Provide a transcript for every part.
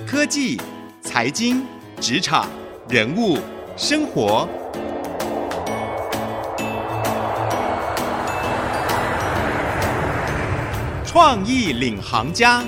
科技、财经、职场、人物、生活。创意领航家。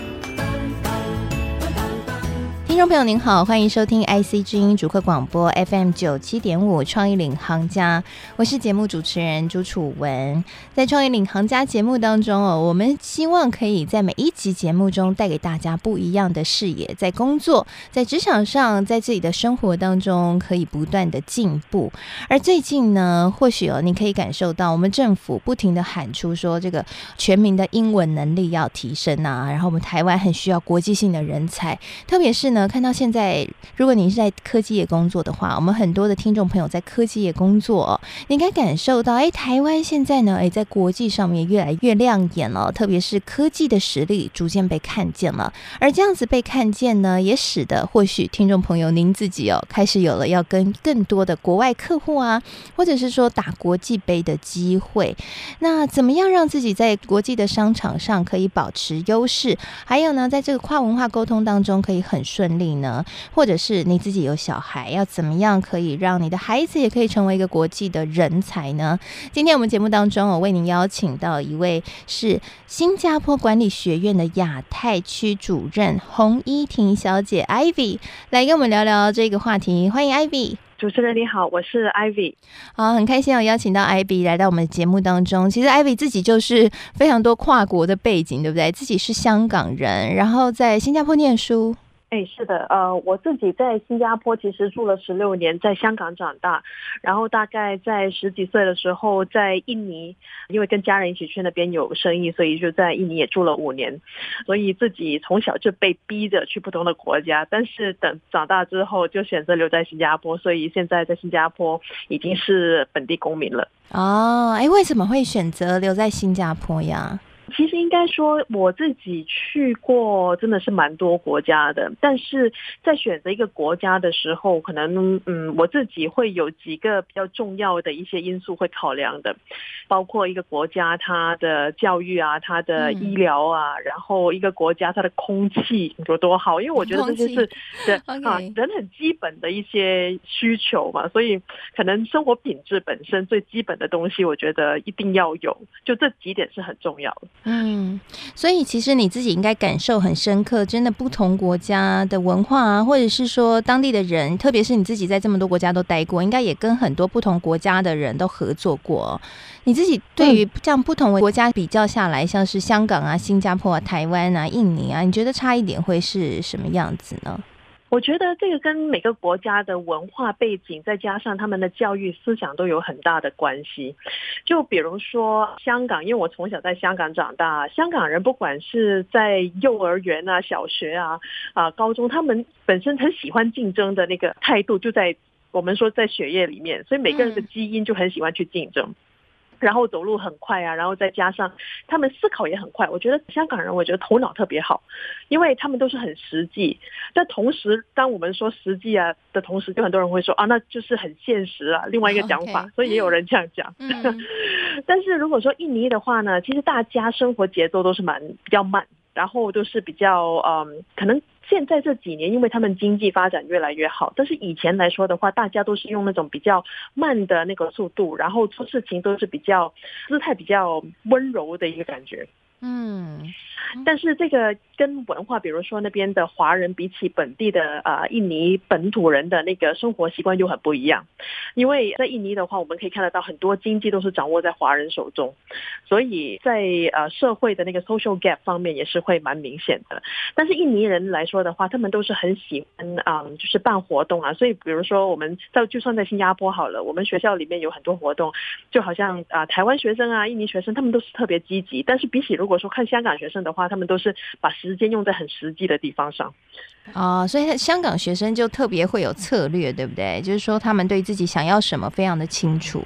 听众朋友您好，欢迎收听 IC 之音主客广播 FM 97.5创意领航家，我是节目主持人朱楚文。在创意领航家节目当中我们希望可以在每一集节目中带给大家不一样的视野，在工作、在职场上、在自己的生活当中可以不断的进步。而最近呢，或许你可以感受到我们政府不停的喊出说这个全民的英文能力要提升啊，然后我们台湾很需要国际性的人才，特别是呢看到现在如果你是在科技业工作的话，我们很多的听众朋友在科技业工作你应该感受到台湾现在呢在国际上面越来越亮眼了，特别是科技的实力逐渐被看见了。而这样子被看见呢，也使得或许听众朋友您自己开始有了要跟更多的国外客户啊，或者是说打国际杯的机会。那怎么样让自己在国际的商场上可以保持优势，还有呢在这个跨文化沟通当中可以很顺利呢？或者是你自己有小孩，要怎么样可以让你的孩子也可以成为一个国际的人才呢？今天我们节目当中我为您邀请到一位是新加坡管理学院的亚太区主任洪依婷小姐 Ivy 来跟我们聊聊这个话题。欢迎 Ivy。 主持人你好，我是 Ivy。 好，很开心邀请到 Ivy 来到我们的节目当中。其实 Ivy 自己就是非常多跨国的背景，对不对？自己是香港人，然后在新加坡念书。 是的，我自己在新加坡其实住了16年，在香港长大，然后大概在10几岁的时候在印尼，因为跟家人一起去那边有生意，所以就在印尼也住了5年，所以自己从小就被逼着去不同的国家，但是等长大之后就选择留在新加坡，所以现在在新加坡已经是本地公民了。 为什么会选择留在新加坡呀？ 其实应该说我自己去过真的是蛮多国家的，但是在选择一个国家的时候，可能我自己会有几个比较重要的一些因素会考量的，包括一个国家它的教育啊，它的医疗啊，然后一个国家它的空气有多好，因为我觉得这些是人很基本的一些需求嘛，所以可能生活品质本身最基本的东西我觉得一定要有，就这几点是很重要的。 所以其实你自己应该感受很深刻，真的不同国家的文化啊，或者是说当地的人，特别是你自己在这么多国家都待过，应该也跟很多不同国家的人都合作过。你自己对于这样不同的国家比较下来，像是香港啊、新加坡啊、台湾啊、印尼啊，你觉得差一点会是什么样子呢？ 我觉得这个跟每个国家的文化背景再加上他们的教育思想都有很大的关系。就比如说香港，因为我从小在香港长大，香港人不管是在幼儿园啊、小学啊、高中，他们本身很喜欢竞争的那个态度就在我们说在血液里面，所以每个人的基因就很喜欢去竞争。然后走路很快啊，然后再加上他们思考也很快。我觉得香港人我觉得头脑特别好，因为他们都是很实际，但同时当我们说实际啊的同时，就很多人会说那就是很现实啊，另外一个讲法，所以也有人这样讲。但是如果说印尼的话呢，其实大家生活节奏都是比较慢，然后都是比较可能现在这几年因为他们经济发展越来越好，但是以前来说的话，大家都是用那种比较慢的那个速度，然后做事情都是比较姿态比较温柔的一个感觉。但是这个跟文化，比如说那边的华人比起本地的印尼本土人的那个生活习惯又很不一样。因为在印尼的话，我们可以看得到很多经济都是掌握在华人手中，所以在社会的那个 social gap 方面也是会蛮明显的。但是印尼人来说的话，他们都是很喜欢就是办活动啊，所以比如说我们就算在新加坡好了，我们学校里面有很多活动，就好像台湾学生啊、印尼学生，他们都是特别积极。但是比起如果说看香港学生的话，他们都是把时间用在很实际的地方上。 所以香港学生就特别会有策略，对不对？就是说他们对自己想要什么非常的清楚。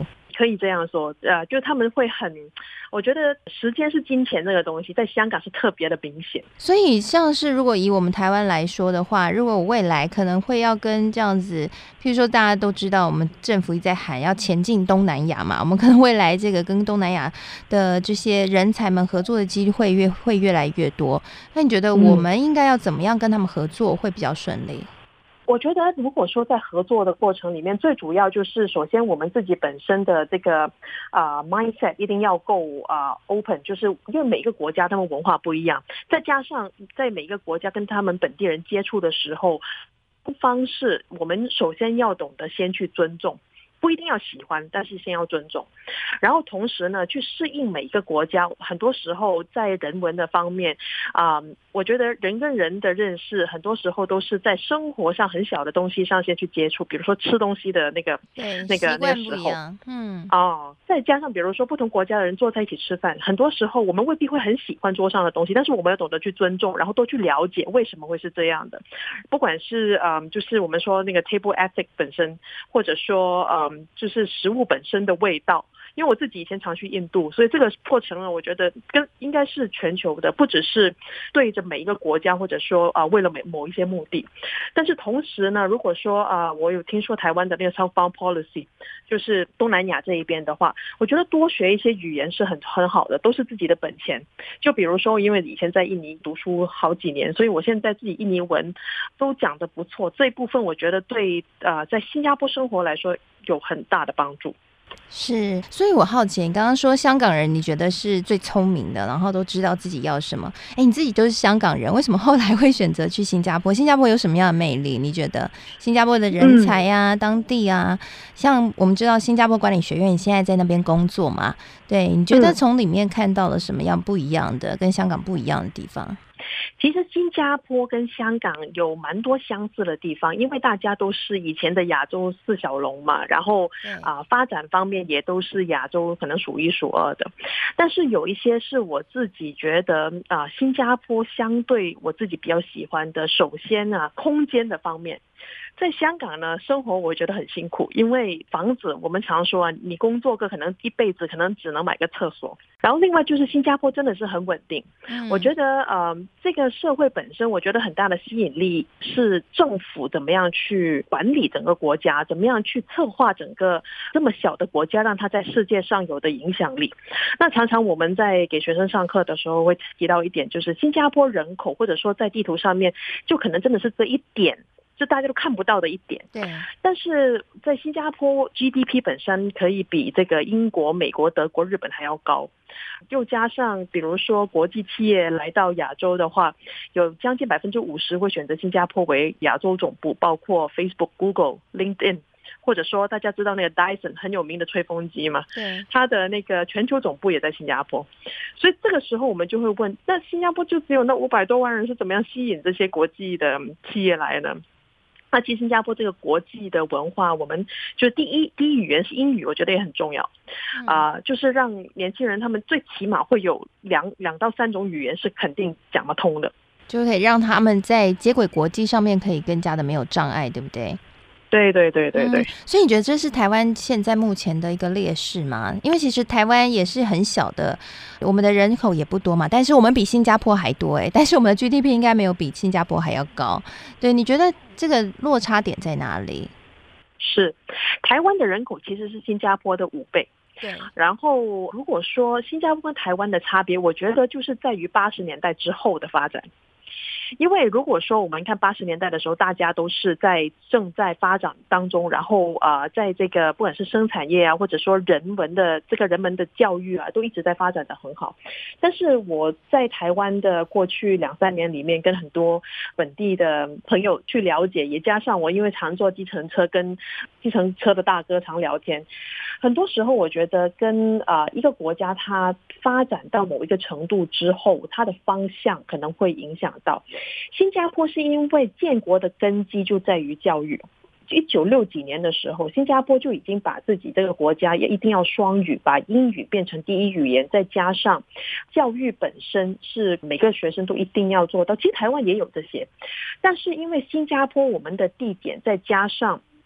可以这样说，就他们会我觉得时间是金钱这个东西，在香港是特别的明显。 所以像是如果以我们台湾来说的话，如果我未来可能会要跟这样子，譬如说大家都知道我们政府一直在喊要前进东南亚嘛，我们可能未来这个跟东南亚的这些人才们合作的机会会越来越多，那你觉得我们应该要怎么样跟他们合作会比较顺利？ 我觉得如果说在合作的过程里面，最主要就是首先我们自己本身的这个mindset 一定要够open， 就是因为每一个国家他们文化不一样，再加上在每一个国家跟他们本地人接触的时候，方式我们首先要懂得先去尊重。不一定要喜欢，但是先要尊重，然后同时呢，去适应每一个国家。很多时候在人文的方面，我觉得人跟人的认识，很多时候都是在生活上很小的东西上先去接触，比如说吃东西的那个时候，再加上比如说不同国家的人坐在一起吃饭，很多时候我们未必会很喜欢桌上的东西，但是我们要懂得去尊重，然后都去了解为什么会是这样的。不管是就是我们说那个 table ethic 本身，或者说就是食物本身的味道。因为我自己以前常去印度，所以这个过程呢，我觉得应该是全球的，不只是对着每一个国家，或者说为了某一些目的。但是同时呢，如果说我有听说台湾的那个 Southbound Policy， 就是东南亚这一边的话，我觉得多学一些语言是很好的，都是自己的本钱。就比如说，因为以前在印尼读书好几年，所以我现在自己印尼文都讲得不错。这一部分我觉得对在新加坡生活来说有很大的帮助。 是，所以我好奇，你刚刚说香港人你觉得是最聪明的，然后都知道自己要什么。你自己都是香港人，为什么后来会选择去新加坡？新加坡有什么样的魅力？你觉得新加坡的人才啊，当地啊，像我们知道新加坡管理学院，你现在在那边工作嘛？对，你觉得从里面看到了什么样不一样的，跟香港不一样的地方？ 其实新加坡跟香港有蛮多相似的地方，因为大家都是以前的亚洲四小龙嘛，然后发展方面也都是亚洲可能数一数二的。但是有一些是我自己觉得新加坡相对我自己比较喜欢的，首先空间的方面。在香港呢，生活我觉得很辛苦，因为房子我们常说你工作可能一辈子可能只能买个厕所。然后另外就是新加坡真的是很稳定，我觉得这个社会本身我觉得很大的吸引力是政府怎么样去管理整个国家，怎么样去策划整个这么小的国家让它在世界上有的影响力。那常常我们在给学生上课的时候会提到一点，就是新加坡人口或者说在地图上面就可能真的是这一点，是大家都看不到的一点。 对， 但是在新加坡 GDP 本身可以比这个英国、美国、德国、日本还要高，又加上比如说国际企业来到亚洲的话，有将近50%会选择新加坡为亚洲总部，包括 Facebook、Google、LinkedIn， 或者说大家知道那个 Dyson 很有名的吹风机嘛， 对， 它的那个全球总部也在新加坡。所以这个时候我们就会问，那新加坡就只有那500多万人，是怎么样吸引这些国际的企业来呢？那其实新加坡这个国际的文化，我们就第一语言是英语，我觉得也很重要。就是让年轻人他们最起码会有两到3种语言是肯定讲得通的， 就可以让他们在接轨国际上面可以更加的没有障碍，对不对？ 对， 所以你觉得这是台湾现在目前的一个劣势吗？因为其实台湾也是很小的，我们的人口也不多嘛，但是我们比新加坡还多但是我们的 GDP 应该没有比新加坡还要高。对，你觉得这个落差点在哪里？ 是台湾的人口其实是新加坡的5倍。 对， 然后如果说新加坡跟台湾的差别，我觉得就是在于80年代之后的发展。因为如果说我们看80年代的时候，大家都是正在发展当中，然后在这个不管是生产业或者说人文的教育都一直在发展的很好。但是我在台湾的过去2-3年里面，跟很多本地的朋友去了解，也加上我因为常坐计程车，跟计程车的大哥常聊天，很多时候我觉得跟一个国家它发展到某一个程度之后，它的方向可能会影响到。新加坡是因为建国的根基就在于教育，1960几年的时候，新加坡就已经把自己这个国家也一定要双语，把英语变成第一语言，再加上教育本身是每个学生都一定要做到。其实台湾也有这些，但是因为新加坡我们的地点再加上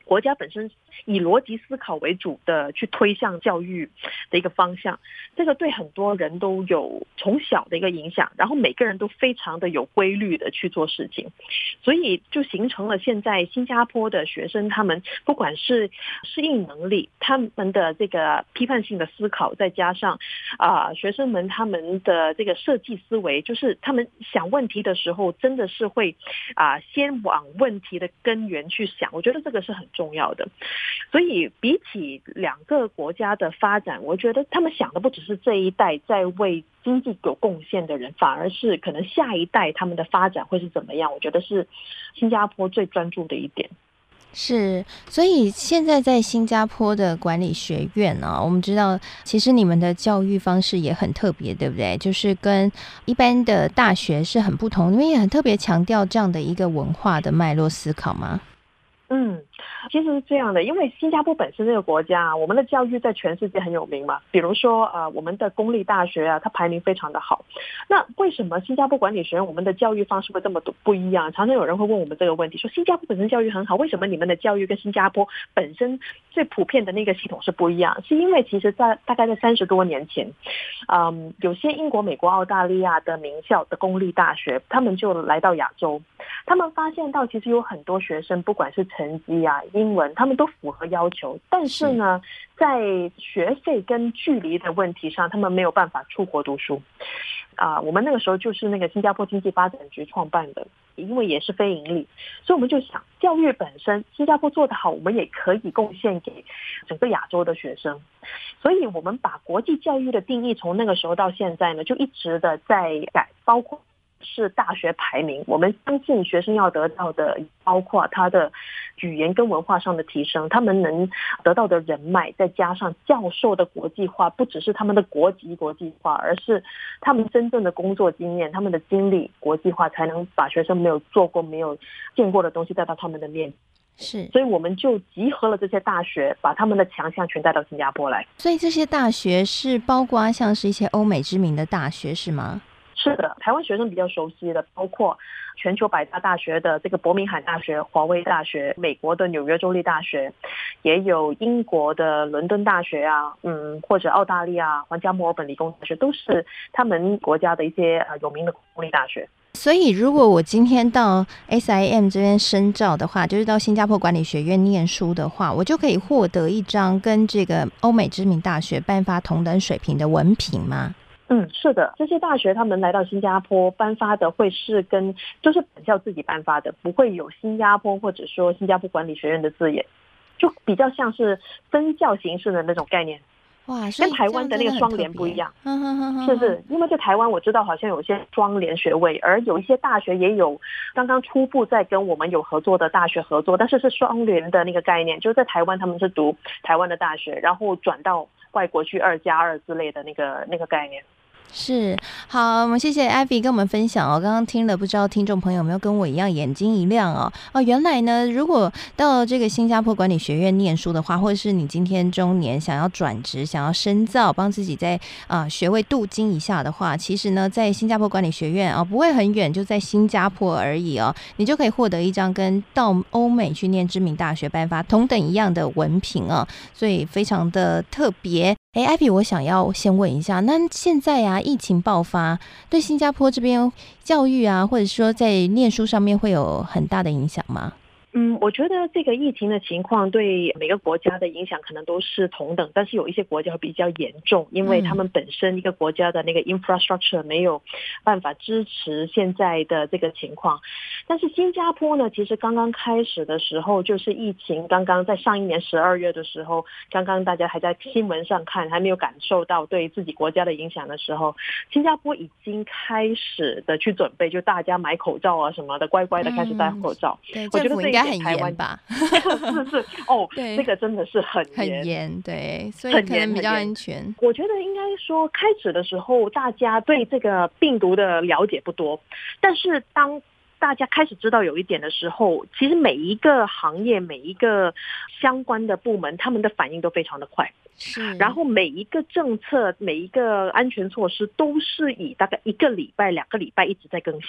国家本身以逻辑思考为主的去推向教育的一个方向，这个对很多人都有从小的一个影响，然后每个人都非常的有规律的去做事情，所以就形成了现在新加坡的学生，他们不管是适应能力，他们的这个批判性的思考，再加上学生们他们的这个设计思维，就是他们想问题的时候真的是会先往问题的根源去想，我觉得这个是很重要的。所以比起两个国家的发展，我觉得他们想的不只是这一代在为经济有贡献的人，反而是可能下一代他们的发展会是怎么样，我觉得是新加坡最专注的一点。 是，所以现在在新加坡的管理学院啊，我们知道其实你们的教育方式也很特别，对不对？就是跟一般的大学是很不同，你们也很特别强调这样的一个文化的脉络思考吗？ 其实是这样的，因为新加坡本身这个国家，我们的教育在全世界很有名嘛。比如说我们的公立大学它排名非常的好。那为什么新加坡管理学院我们的教育方式会这么不一样？常常有人会问我们这个问题，说新加坡本身教育很好，为什么你们的教育跟新加坡本身最普遍的那个系统是不一样？是因为其实大概在30多年前，有些英国、美国、澳大利亚的名校的公立大学，他们就来到亚洲，他们发现到其实有很多学生，不管是成绩英文，他们都符合要求，但是呢，在学费跟距离的问题上，他们没有办法出国读书。我们那个时候就是那个新加坡经济发展局创办的，因为也是非盈利，所以我们就想，教育本身新加坡做得好，我们也可以贡献给整个亚洲的学生。所以我们把国际教育的定义从那个时候到现在呢，就一直的在改，包括是大学排名，我们相信学生要得到的包括他的语言跟文化上的提升，他们能得到的人脉，再加上教授的国际化，不只是他们的国籍国际化，而是他们真正的工作经验，他们的经历国际化，才能把学生没有做过没有见过的东西带到他们的面前。所以我们就集合了这些大学，把他们的强项全带到新加坡来。 所以这些大学是包括像是一些欧美知名的大学是吗？ 是的，台湾学生比较熟悉的包括全球100大大学的这个伯明翰大学、华威大学，美国的纽约州立大学，也有英国的伦敦大学或者澳大利亚皇家墨尔本理工大学，都是他们国家的一些有名的公立大学。 所以如果我今天到 SIM 这边深造的话，就是到新加坡管理学院念书的话，我就可以获得一张跟这个欧美知名大学颁发同等水平的文凭吗？ 是的，这些大学他们来到新加坡颁发的会是就是本校自己颁发的，不会有新加坡或者说新加坡管理学院的字眼，就比较像是分校形式的那种概念。 哇， 跟台湾的那个双联不一样。是因为在台湾我知道好像有些双联学位，而有一些大学也有刚刚初步在跟我们有合作的大学合作，但是是双联的那个概念，就是在台湾他们是读台湾的大学，然后转到外国去2+2之类的那个概念。 是，好，我们谢谢 Ivy 跟我们分享哦。刚刚听了，不知道听众朋友有没有跟我一样眼睛一亮哦。原来呢，如果到这个新加坡管理学院念书的话，或者是你今天中年想要转职、想要深造，帮自己在学位镀金一下的话，其实呢，在新加坡管理学院不会很远，就在新加坡而已哦，你就可以获得一张跟到欧美去念知名大学颁发同等一样的文凭哦，所以非常的特别。Ivy， 我想要先问一下，那现在疫情爆发，对新加坡这边教育或者说在念书上面会有很大的影响吗？ 我觉得这个疫情的情况对每个国家的影响可能都是同等，但是有一些国家会比较严重，因为他们本身一个国家的那个 infrastructure 没有办法支持现在的这个情况。但是新加坡呢，其实刚刚开始的时候，就是疫情刚刚在上一年12月的时候，刚刚大家还在新闻上看，还没有感受到对自己国家的影响的时候，新加坡已经开始的去准备，就大家买口罩什么的，乖乖的开始戴口罩。 对， 我觉得政府应该很严吧？ 是对，这个真的是很严，对，所以可能比较安全。 我觉得应该说，开始的时候大家对这个病毒的了解不多，但是当大家开始知道有一点的时候，其实每一个行业、每一个相关的部门，他们的反应都非常的快。然后每一个政策、每一个安全措施都是以大概1个礼拜、2个礼拜一直在更新。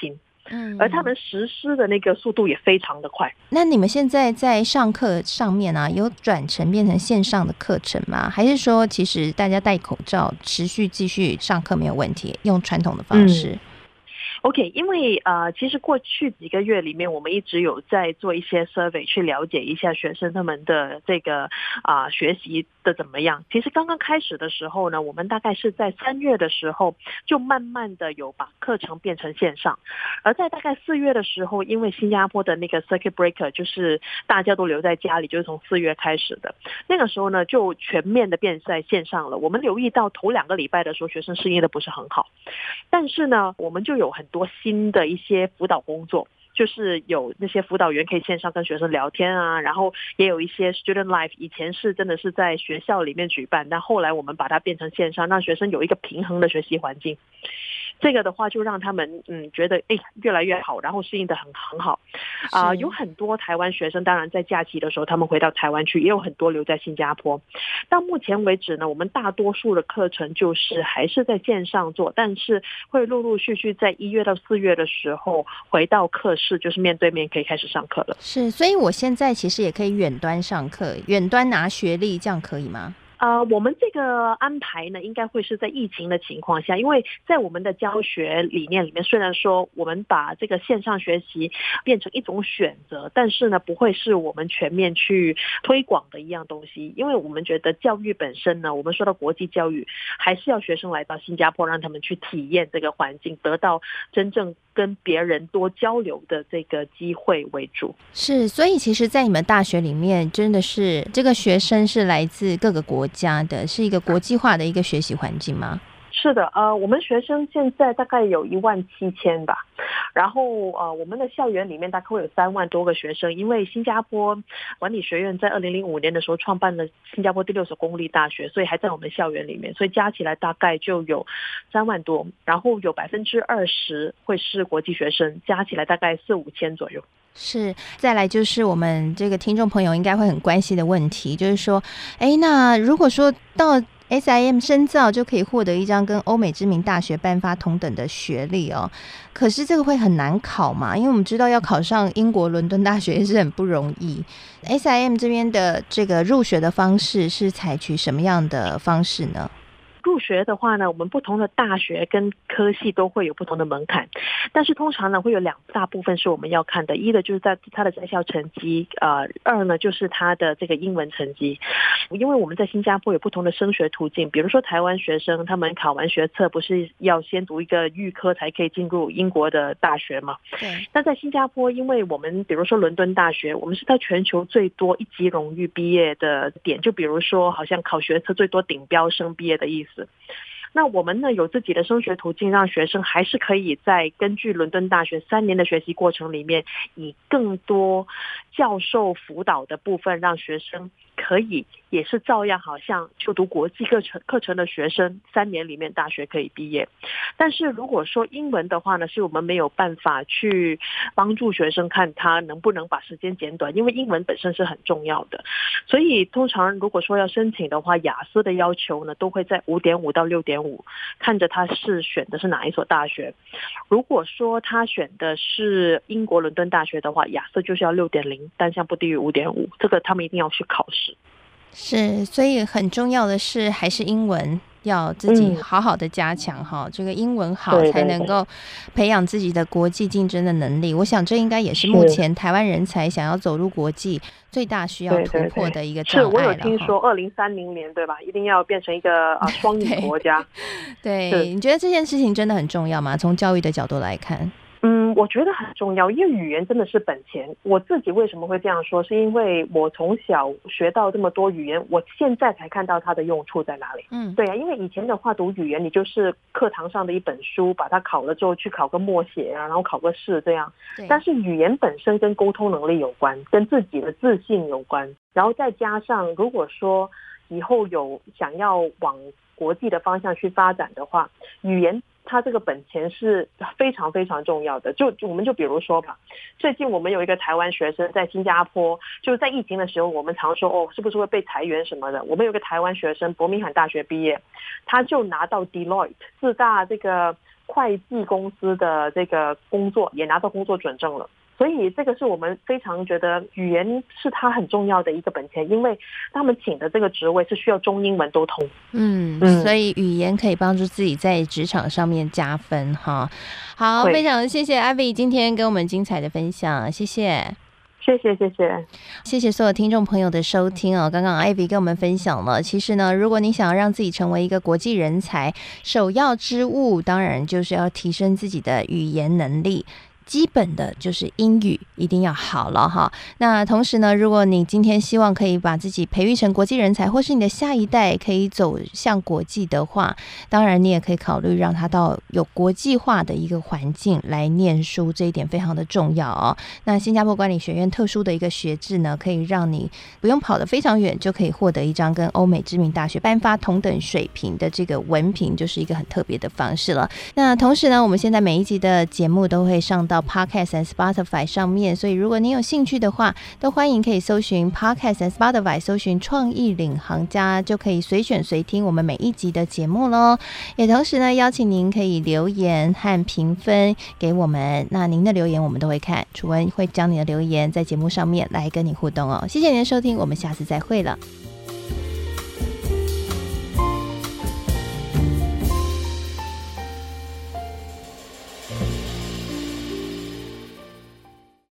而他们实施的那个速度也非常的快。 那你们现在在上课上面啊，有转成变成线上的课程吗？还是说其实大家戴口罩持续继续上课没有问题，用传统的方式 ？OK， 因为其实过去几个月里面，我们一直有在做一些 survey 去了解一下学生他们的这个学习的怎么样。其实刚刚开始的时候呢，我们大概是在3月的时候就慢慢的有把课程变成线上，而在大概4月的时候，因为新加坡的那个 circuit breaker 就是大家都留在家里，就是从4月开始的，那个时候呢就全面的变在线上了。我们留意到头2个礼拜的时候，学生适应的不是很好，但是呢我们就有很多新的一些辅导工作，就是有那些辅导员可以线上跟学生聊天啊，然后也有一些 student life， 以前是真的是在学校里面举办，但后来我们把它变成线上，让学生有一个平衡的学习环境。这个的话就让他们觉得越来越好，然后适应的很好有很多台湾学生当然在假期的时候他们回到台湾去，也有很多留在新加坡。到目前为止呢，我们大多数的课程就是还是在线上做，但是会陆陆续续在1月到4月的时候回到课室，就是面对面可以开始上课了。 是，所以我现在其实也可以远端上课，远端拿学历，这样可以吗？ 我们这个安排呢，应该会是在疫情的情况下，因为在我们的教学理念里面，虽然说我们把这个线上学习变成一种选择，但是呢，不会是我们全面去推广的一样东西，因为我们觉得教育本身呢，我们说到国际教育，还是要学生来到新加坡，让他们去体验这个环境，得到真正跟别人多交流的这个机会为主。 是，所以其实在你们大学里面，真的是这个学生是来自各个国家的，是一个国际化的一个学习环境吗？ 是的，我们学生现在大概有17000吧，然后我们的校园里面大概会有3万多个学生，因为新加坡管理学院在2005年的时候创办了新加坡第6所公立大学，所以还在我们校园里面，所以加起来大概就有3万多，然后有20%会是国际学生，加起来大概4-5千左右。 是，再来就是我们这个听众朋友应该会很关心的问题，就是说，那如果说到SIM 深造就可以获得一张跟欧美知名大学颁发同等的学历哦，可是这个会很难考嘛？因为我们知道要考上英国伦敦大学也是很不容易。SIM 这边的这个入学的方式是采取什么样的方式呢？ 入学的话呢，我们不同的大学跟科系都会有不同的门槛，但是通常呢会有2大部分是我们要看的，一的就是在他的在校成绩，2呢就是他的这个英文成绩。因为我们在新加坡有不同的升学途径，比如说台湾学生他们考完学测不是要先读一个预科才可以进入英国的大学嘛？对。那在新加坡，因为我们比如说伦敦大学，我们是在全球最多1级荣誉毕业的点，就比如说好像考学测最多顶标生毕业的意思。那我们呢有自己的升学途径，让学生还是可以在根据伦敦大学3年的学习过程里面，以更多教授辅导的部分，让学生可以也是照样好像就读国际课程的学生3年里面大学可以毕业。但是如果说英文的话呢，是我们没有办法去帮助学生看他能不能把时间减短，因为英文本身是很重要的。所以通常如果说要申请的话，雅思的要求呢都会在5.5到6.5，看着他是选的是哪一所大学。如果说他选的是英国伦敦大学的话，雅思就是要6.0，单项不低于5.5，这个他们一定要去考试。 是，所以很重要的是还是英文要自己好好的加强哈，这个英文好才能够培养自己的国际竞争的能力。我想这应该也是目前台湾人才想要走入国际最大需要突破的一个障碍了。 是，我有听说2030年对吧，一定要变成一个双语国家。 对，你觉得这件事情真的很重要吗？从教育的角度来看。 我觉得很重要，因为语言真的是本钱。我自己为什么会这样说，是因为我从小学到这么多语言，我现在才看到它的用处在哪里。对啊，因为以前的话读语言，你就是课堂上的一本书，把它考了之后去考个默写啊，然后考个试这样。但是语言本身跟沟通能力有关，跟自己的自信有关，然后再加上如果说以后有想要往国际的方向去发展的话，语言它这个本钱是非常非常重要的。我们就比如说吧，最近我们有一个台湾学生在新加坡，就是在疫情的时候，我们常说是不是会被裁员什么的。我们有个台湾学生，伯明翰大学毕业，他就拿到 Deloitte 4大这个会计公司的这个工作，也拿到工作准证了。所以这个是我们非常觉得语言是他很重要的一个本钱，因为他们请的这个职位是需要中英文都通。 所以语言可以帮助自己在职场上面加分哈。好，非常谢谢 Ivy 今天跟我们精彩的分享，谢谢。谢谢所有听众朋友的收听哦。刚刚 Ivy 跟我们分享了，其实呢，如果你想要让自己成为一个国际人才，首要之务当然就是要提升自己的语言能力。基本的就是英语一定要好了哈。那同时呢，如果你今天希望可以把自己培育成国际人才，或是你的下一代可以走向国际的话，当然你也可以考虑让他到有国际化的一个环境来念书，这一点非常的重要哦。那新加坡管理学院特殊的一个学制呢，可以让你不用跑得非常远，就可以获得一张跟欧美知名大学颁发同等水平的这个文凭，就是一个很特别的方式了。那同时呢，我们现在每一集的节目都会上到Podcast and Spotify 上面，所以如果你有兴趣的话，都欢迎可以搜寻 Podcast and Spotify， 搜寻创意领航家，就可以随选随听我们每一集的节目咯。也同时呢，邀请您可以留言和评分给我们，那您的留言我们都会看，楚文会将你的留言在节目上面来跟你互动哦。谢谢您的收听，我们下次再会了。